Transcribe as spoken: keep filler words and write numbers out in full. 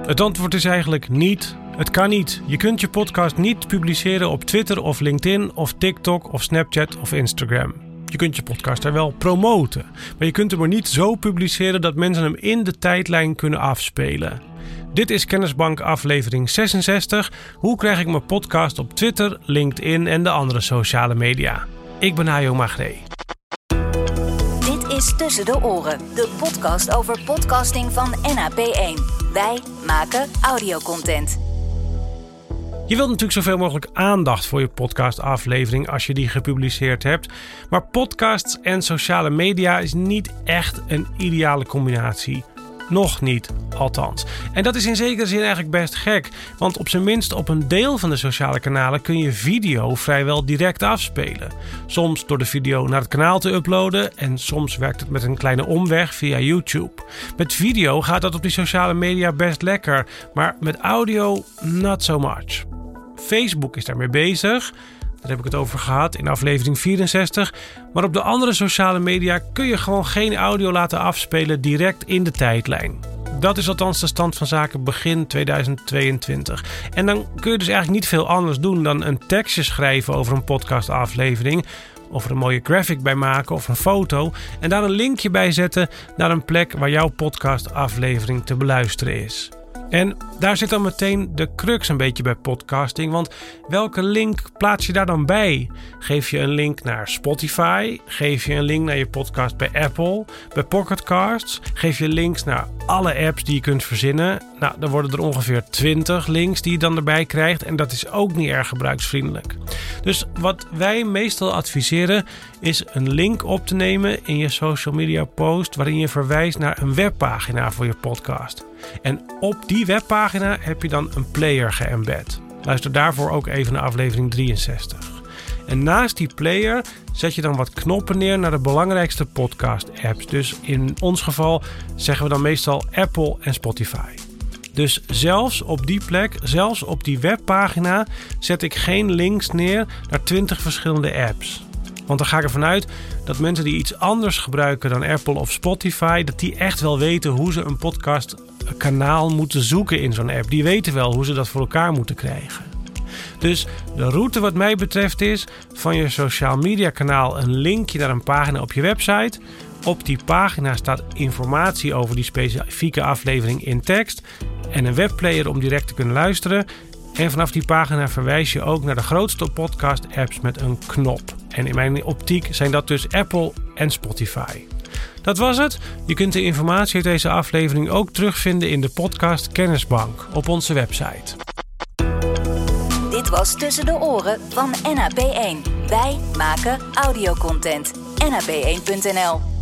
Het antwoord is eigenlijk niet. Het kan niet. Je kunt je podcast niet publiceren op Twitter of LinkedIn of TikTok of Snapchat of Instagram. Je kunt je podcast er wel promoten, maar je kunt hem er niet zo publiceren dat mensen hem in de tijdlijn kunnen afspelen. Dit is Kennisbank aflevering zesenzestig. Hoe krijg ik mijn podcast op Twitter, LinkedIn en de andere sociale media? Ik ben Hajo Magree. Dit is Tussen de Oren, de podcast over podcasting van N A P één. Wij maken audiocontent. Je wilt natuurlijk zoveel mogelijk aandacht voor je podcastaflevering als je die gepubliceerd hebt. Maar podcasts en sociale media is niet echt een ideale combinatie. Nog niet, althans. En dat is in zekere zin eigenlijk best gek. Want op zijn minst op een deel van de sociale kanalen kun je video vrijwel direct afspelen. Soms door de video naar het kanaal te uploaden en soms werkt het met een kleine omweg via YouTube. Met video gaat dat op die sociale media best lekker, maar met audio not so much. Facebook is daarmee bezig. Daar heb ik het over gehad in aflevering vierenzestig. Maar op de andere sociale media kun je gewoon geen audio laten afspelen direct in de tijdlijn. Dat is althans de stand van zaken begin tweeduizend tweeëntwintig. En dan kun je dus eigenlijk niet veel anders doen dan een tekstje schrijven over een podcastaflevering. Of er een mooie graphic bij maken of een foto. En daar een linkje bij zetten naar een plek waar jouw podcastaflevering te beluisteren is. En daar zit dan meteen de crux een beetje bij podcasting, want welke link plaats je daar dan bij? Geef je een link naar Spotify? Geef je een link naar je podcast bij Apple? Bij Pocket Casts? Geef je links naar alle apps die je kunt verzinnen? Nou, dan worden er ongeveer twintig links die je dan erbij krijgt en dat is ook niet erg gebruiksvriendelijk. Dus wat wij meestal adviseren is een link op te nemen in je social media post waarin je verwijst naar een webpagina voor je podcast. En op die webpagina heb je dan een player geëmbed. Luister daarvoor ook even naar aflevering drieënzestig. En naast die player zet je dan wat knoppen neer naar de belangrijkste podcast-apps. Dus in ons geval zeggen we dan meestal Apple en Spotify. Dus zelfs op die plek, zelfs op die webpagina, zet ik geen links neer naar twintig verschillende apps. Want dan ga ik ervan uit dat mensen die iets anders gebruiken dan Apple of Spotify, dat die echt wel weten hoe ze een podcastkanaal moeten zoeken in zo'n app. Die weten wel hoe ze dat voor elkaar moeten krijgen. Dus de route wat mij betreft is van je social media kanaal een linkje naar een pagina op je website. Op die pagina staat informatie over die specifieke aflevering in tekst en een webplayer om direct te kunnen luisteren. En vanaf die pagina verwijs je ook naar de grootste podcast-apps met een knop. En in mijn optiek zijn dat dus Apple en Spotify. Dat was het. Je kunt de informatie uit deze aflevering ook terugvinden in de podcast Kennisbank op onze website. Dit was Tussen de Oren van N A P één. Wij maken audiocontent. N A P één punt N L